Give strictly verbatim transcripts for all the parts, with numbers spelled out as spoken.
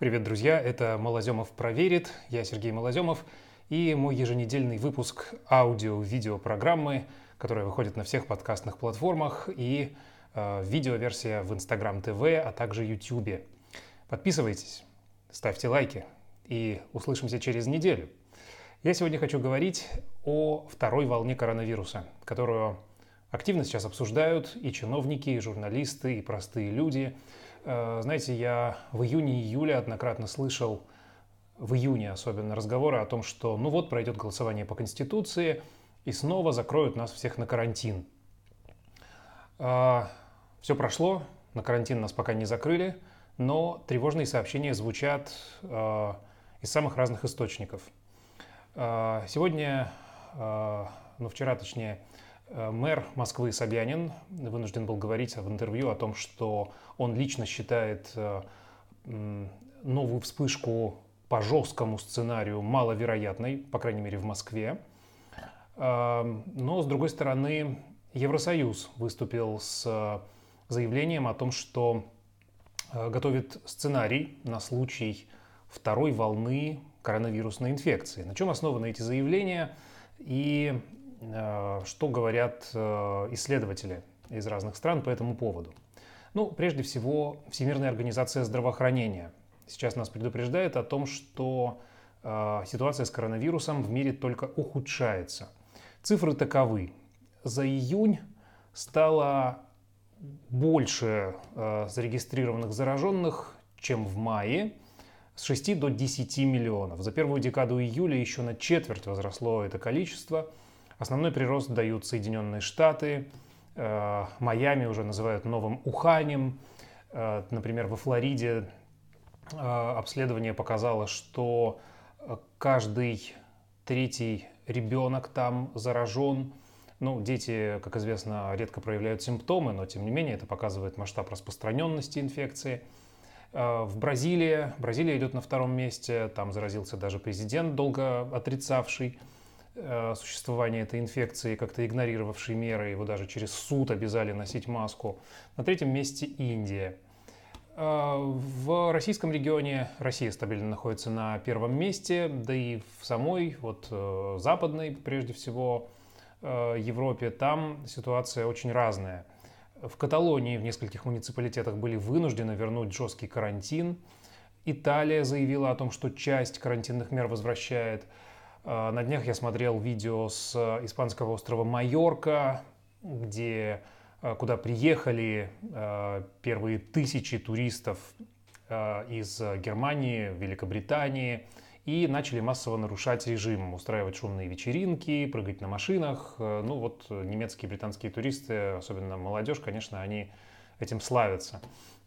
Привет, друзья! Это Малоземов проверит. Я Сергей Малоземов. И мой еженедельный выпуск аудио-видео программы, которая выходит на всех подкастных платформах, и э, видеоверсия в Instagram ти ви, а также YouTube. Подписывайтесь, ставьте лайки и услышимся через неделю. Я сегодня хочу говорить о второй волне коронавируса, которую активно сейчас обсуждают и чиновники, и журналисты, и простые люди. Знаете, я в июне-июле однократно слышал, в июне особенно, разговоры о том, что ну вот пройдет голосование по Конституции и снова закроют нас всех на карантин. Все прошло, на карантин нас пока не закрыли, но тревожные сообщения звучат из самых разных источников. Сегодня, ну вчера точнее, мэр Москвы Собянин вынужден был говорить в интервью о том, что он лично считает новую вспышку по жесткому сценарию маловероятной, по крайней мере в Москве. Но, с другой стороны, Евросоюз выступил с заявлением о том, что готовит сценарий на случай второй волны коронавирусной инфекции. На чем основаны эти заявления и что говорят исследователи из разных стран по этому поводу? Ну, прежде всего, Всемирная организация здравоохранения сейчас нас предупреждает о том, что ситуация с коронавирусом в мире только ухудшается. Цифры таковы. За июнь стало больше зарегистрированных зараженных, чем в мае, с шести до десяти миллионов. За первую декаду июля еще на четверть возросло это количество. Основной прирост дают Соединенные Штаты, э, Майами уже называют новым Уханем. Э, например, во Флориде э, обследование показало, что каждый третий ребенок там заражен. Ну, дети, как известно, редко проявляют симптомы, но тем не менее это показывает масштаб распространенности инфекции. Э, в Бразилии, Бразилия идет на втором месте, там заразился даже президент, долго отрицавший существование этой инфекции, как-то игнорировавший меры, его даже через суд обязали носить маску. На третьем месте Индия. В российском регионе Россия стабильно находится на первом месте, да и в самой, вот западной, прежде всего, Европе, там ситуация очень разная. В Каталонии в нескольких муниципалитетах были вынуждены вернуть жесткий карантин. Италия заявила о том, что часть карантинных мер возвращает. На днях я смотрел видео с испанского острова Майорка, где, куда приехали первые тысячи туристов из Германии, Великобритании и начали массово нарушать режим, устраивать шумные вечеринки, прыгать на машинах. Ну вот немецкие и британские туристы, особенно молодежь, конечно, они этим славятся.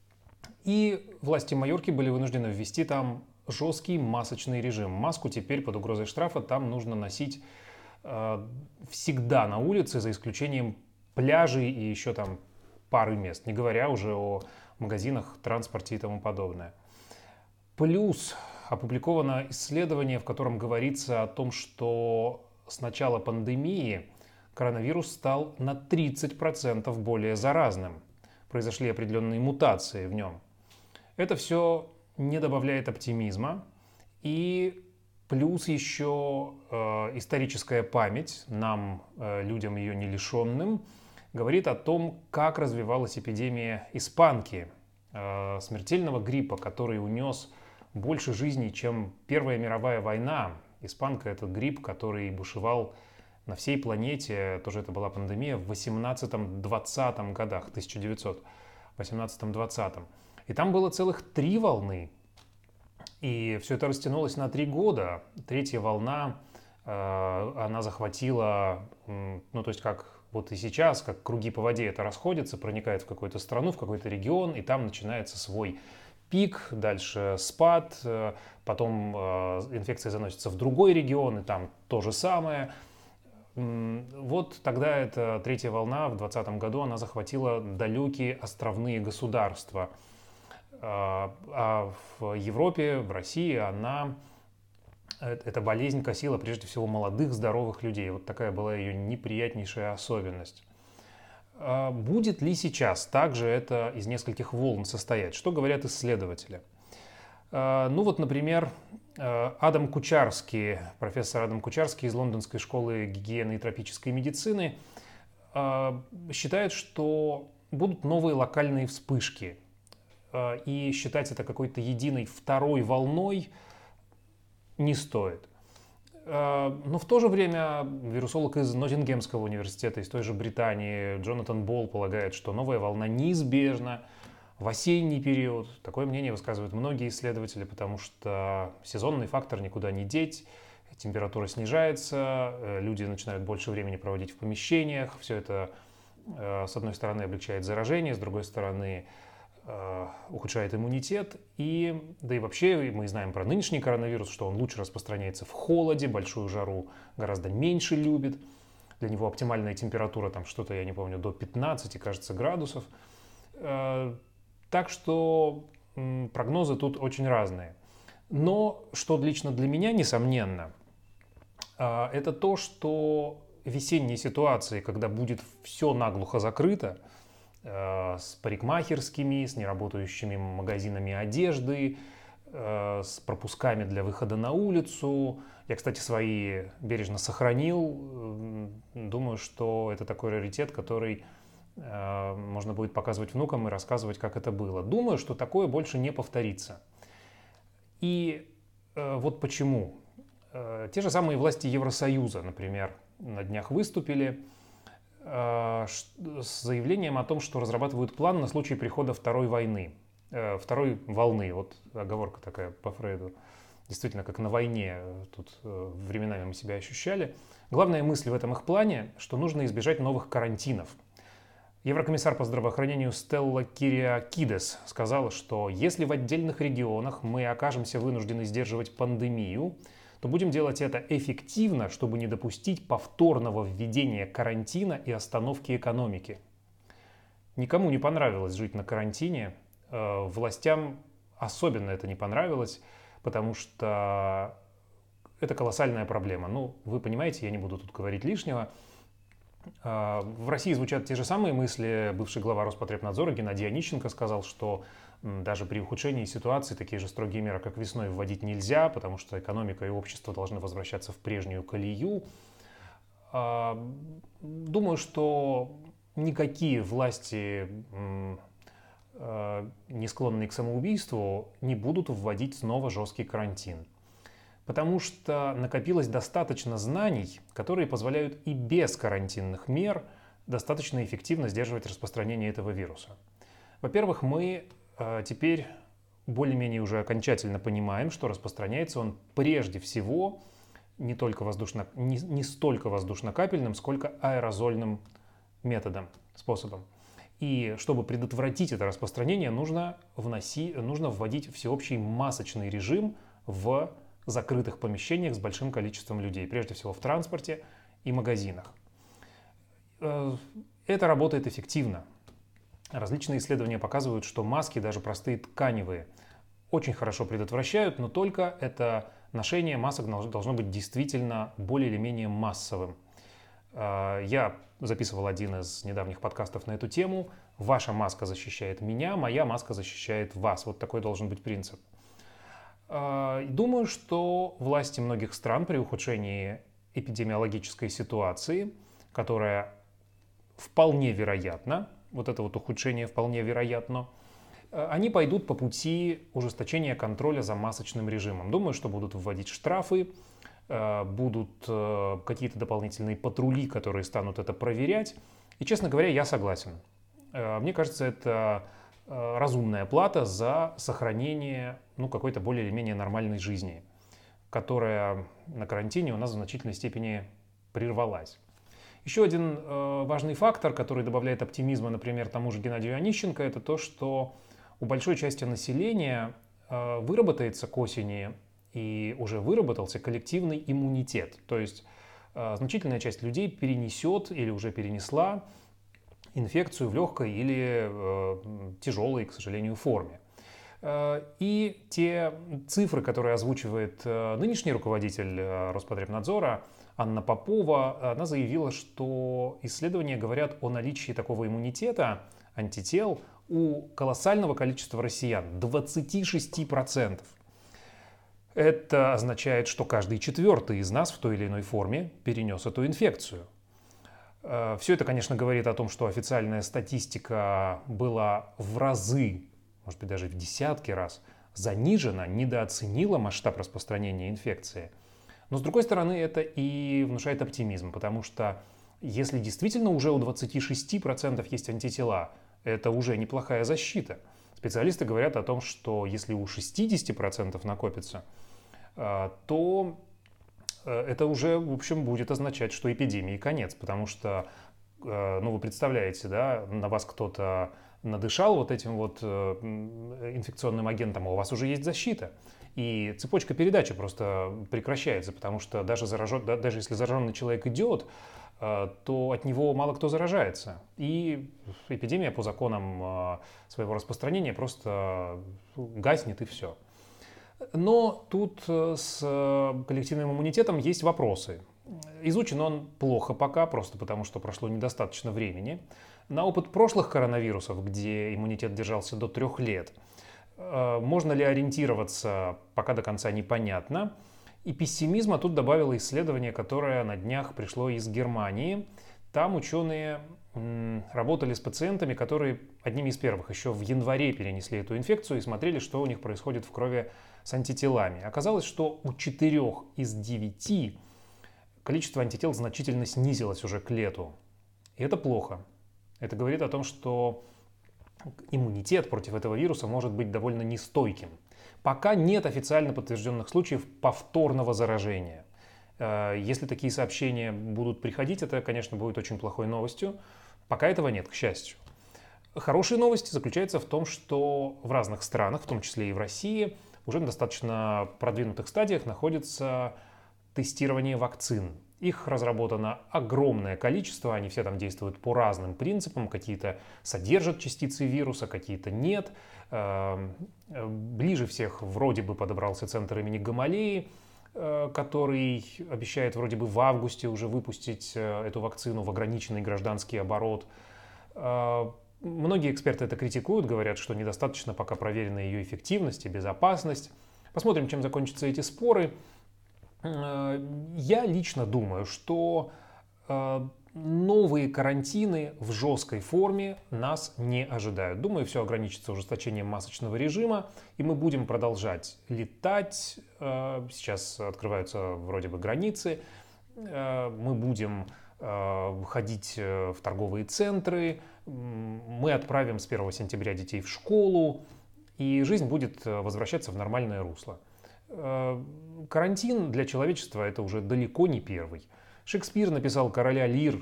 И власти Майорки были вынуждены ввести там жесткий масочный режим. Маску теперь под угрозой штрафа там нужно носить э, всегда на улице, за исключением пляжей и еще там пары мест, не говоря уже о магазинах, транспорте и тому подобное. Плюс опубликовано исследование, в котором говорится о том, что с начала пандемии коронавирус стал на тридцать процентов более заразным. Произошли определенные мутации в нем. Это все не добавляет оптимизма. И плюс еще э, историческая память, нам, э, людям ее не лишенным, говорит о том, как развивалась эпидемия испанки, э, смертельного гриппа, который унес больше жизней, чем Первая мировая война. Испанка — это грипп, который бушевал на всей планете, тоже это была пандемия, в восемнадцатом-двадцатом годах, тысяча девятьсот восемнадцатом-двадцатом. И там было целых три волны. И все это растянулось на три года. Третья волна, э, она захватила, э, ну то есть как вот и сейчас, как круги по воде это расходится, проникает в какую-то страну, в какой-то регион, и там начинается свой пик, дальше спад, э, потом э, инфекция заносится в другой регион, и там то же самое. Вот тогда эта третья волна в двадцатом году, она захватила далекие островные государства. А в Европе, в России она, эта болезнь косила прежде всего молодых, здоровых людей. Вот такая была ее неприятнейшая особенность. Будет ли сейчас также это из нескольких волн состоять? Что говорят исследователи? Ну вот, например, Адам Кучарский, профессор Адам Кучарский из Лондонской школы гигиены и тропической медицины, считает, что будут новые локальные вспышки. И считать это какой-то единой второй волной не стоит. Но в то же время вирусолог из Ноттингемского университета, из той же Британии, Джонатан Болл, полагает, что новая волна неизбежна в осенний период. Такое мнение высказывают многие исследователи, потому что сезонный фактор никуда не деть, температура снижается, люди начинают больше времени проводить в помещениях, все это, с одной стороны, облегчает заражение, с другой стороны, ухудшает иммунитет. И, да и вообще мы знаем про нынешний коронавирус, что он лучше распространяется в холоде, большую жару гораздо меньше любит. Для него оптимальная температура, там что-то, я не помню, до пятнадцати, кажется, градусов. Так что прогнозы тут очень разные. Но что лично для меня несомненно, это то, что весенние ситуации, когда будет все наглухо закрыто, с парикмахерскими, с неработающими магазинами одежды, с пропусками для выхода на улицу. Я, кстати, свои бережно сохранил. Думаю, что это такой раритет, который можно будет показывать внукам и рассказывать, как это было. Думаю, что такое больше не повторится. И вот почему. Те же самые власти Евросоюза, например, на днях выступили с заявлением о том, что разрабатывают план на случай прихода второй войны, второй волны. Вот оговорка такая по Фрейду. Действительно, как на войне тут временами мы себя ощущали. Главная мысль в этом их плане, что нужно избежать новых карантинов. Еврокомиссар по здравоохранению Стелла Кириакидес сказала, что если в отдельных регионах мы окажемся вынуждены сдерживать пандемию, то будем делать это эффективно, чтобы не допустить повторного введения карантина и остановки экономики. Никому не понравилось жить на карантине. Властям особенно это не понравилось, потому что это колоссальная проблема. Ну, вы понимаете, я не буду тут говорить лишнего. В России звучат те же самые мысли. Бывший глава Роспотребнадзора Геннадий Онищенко сказал, что даже при ухудшении ситуации такие же строгие меры, как весной, вводить нельзя, потому что экономика и общество должны возвращаться в прежнюю колею. Думаю, что никакие власти, не склонные к самоубийству, не будут вводить снова жесткий карантин. Потому что накопилось достаточно знаний, которые позволяют и без карантинных мер достаточно эффективно сдерживать распространение этого вируса. Во-первых, мы теперь более-менее уже окончательно понимаем, что распространяется он прежде всего не, только воздушно, не, не столько воздушно-капельным, сколько аэрозольным методом, способом. И чтобы предотвратить это распространение, нужно, вноси, нужно вводить всеобщий масочный режим в закрытых помещениях с большим количеством людей, прежде всего в транспорте и магазинах. Это работает эффективно. Различные исследования показывают, что маски, даже простые тканевые, очень хорошо предотвращают, но только это ношение масок должно быть действительно более или менее массовым. Я записывал один из недавних подкастов на эту тему. Ваша маска защищает меня, моя маска защищает вас. Вот такой должен быть принцип. Думаю, что власти многих стран при ухудшении эпидемиологической ситуации, которая вполне вероятна, вот это вот ухудшение вполне вероятно, они пойдут по пути ужесточения контроля за масочным режимом. Думаю, что будут вводить штрафы, будут какие-то дополнительные патрули, которые станут это проверять. И, честно говоря, я согласен. Мне кажется, это разумная плата за сохранение ну, какой-то более или менее нормальной жизни, которая на карантине у нас в значительной степени прервалась. Еще один э, важный фактор, который добавляет оптимизма, например, тому же Геннадию Онищенко, это то, что у большой части населения э, выработается к осени и уже выработался коллективный иммунитет. То есть э, значительная часть людей перенесет или уже перенесла инфекцию в легкой или э, тяжелой, к сожалению, форме. Э, и те цифры, которые озвучивает э, нынешний руководитель э, Роспотребнадзора, Анна Попова, она заявила, что исследования говорят о наличии такого иммунитета, антител, у колоссального количества россиян, двадцати шести процентов. Это означает, что каждый четвертый из нас в той или иной форме перенес эту инфекцию. Все это, конечно, говорит о том, что официальная статистика была в разы, может быть, даже в десятки раз занижена, недооценила масштаб распространения инфекции. Но, с другой стороны, это и внушает оптимизм, потому что если действительно уже у двадцати шести процентов есть антитела, это уже неплохая защита. Специалисты говорят о том, что если у шестидесяти процентов накопится, то это уже, в общем, будет означать, что эпидемии конец, потому что, ну, вы представляете, да, на вас кто-то надышал вот этим вот инфекционным агентом, а у вас уже есть защита. И цепочка передачи просто прекращается, потому что даже, заражен, даже если зараженный человек идет, то от него мало кто заражается. И эпидемия по законам своего распространения просто гаснет, и все. Но тут с коллективным иммунитетом есть вопросы. Изучен он плохо пока, просто потому что прошло недостаточно времени. На опыт прошлых коронавирусов, где иммунитет держался до трех лет, можно ли ориентироваться, пока до конца непонятно. И пессимизма тут добавило исследование, которое на днях пришло из Германии. Там ученые работали с пациентами, которые одними из первых еще в январе перенесли эту инфекцию и смотрели, что у них происходит в крови с антителами. Оказалось, что у четырех из девяти количество антител значительно снизилось уже к лету. И это плохо. Это говорит о том, что иммунитет против этого вируса может быть довольно нестойким. Пока нет официально подтвержденных случаев повторного заражения. Если такие сообщения будут приходить, это, конечно, будет очень плохой новостью. Пока этого нет, к счастью. Хорошая новость заключается в том, что в разных странах, в том числе и в России, уже на достаточно продвинутых стадиях находится тестирование вакцин. Их разработано огромное количество, они все там действуют по разным принципам, какие-то содержат частицы вируса, какие-то нет. Ближе всех вроде бы подобрался центр имени Гамалеи, который обещает вроде бы в августе уже выпустить эту вакцину в ограниченный гражданский оборот. Многие эксперты это критикуют, говорят, что недостаточно пока проверена ее эффективность и безопасность. Посмотрим, чем закончатся эти споры. Я лично думаю, что новые карантины в жесткой форме нас не ожидают. Думаю, все ограничится ужесточением масочного режима, и мы будем продолжать летать. Сейчас открываются вроде бы границы. Мы будем ходить в торговые центры. Мы отправим с первого сентября детей в школу, и жизнь будет возвращаться в нормальное русло. Карантин для человечества это уже далеко не первый. Шекспир написал «Короля Лир»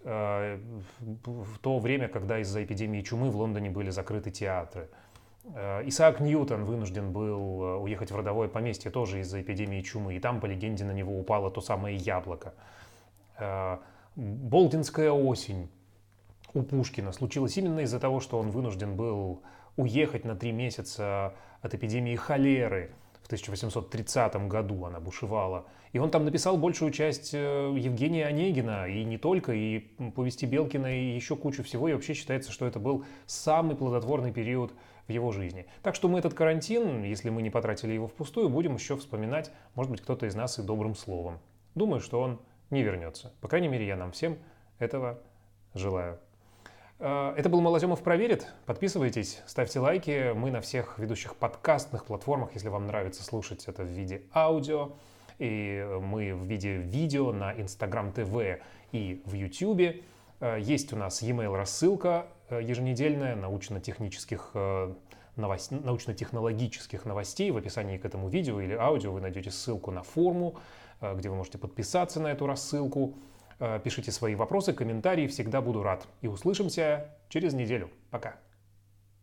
в то время, когда из-за эпидемии чумы в Лондоне были закрыты театры. Исаак Ньютон вынужден был уехать в родовое поместье тоже из-за эпидемии чумы, и там, по легенде, на него упало то самое яблоко. Болдинская осень у Пушкина случилась именно из-за того, что он вынужден был уехать на три месяца от эпидемии холеры. В тысяча восемьсот тридцатом году она бушевала. И он там написал большую часть Евгения Онегина, и не только, и повести Белкина, и еще кучу всего. И вообще считается, что это был самый плодотворный период в его жизни. Так что мы этот карантин, если мы не потратили его впустую, будем еще вспоминать, может быть, кто-то из нас и добрым словом. Думаю, что он не вернется. По крайней мере, я нам всем этого желаю. Это был Малоземов проверит. Подписывайтесь, ставьте лайки. Мы на всех ведущих подкастных платформах, если вам нравится слушать это в виде аудио. И мы в виде видео на Instagram ти ви и в YouTube. Есть у нас e-mail рассылка еженедельная научно-технических новостей, научно-технологических новостей. В описании к этому видео или аудио вы найдете ссылку на форму, где вы можете подписаться на эту рассылку. Пишите свои вопросы, комментарии, всегда буду рад. И услышимся через неделю. Пока.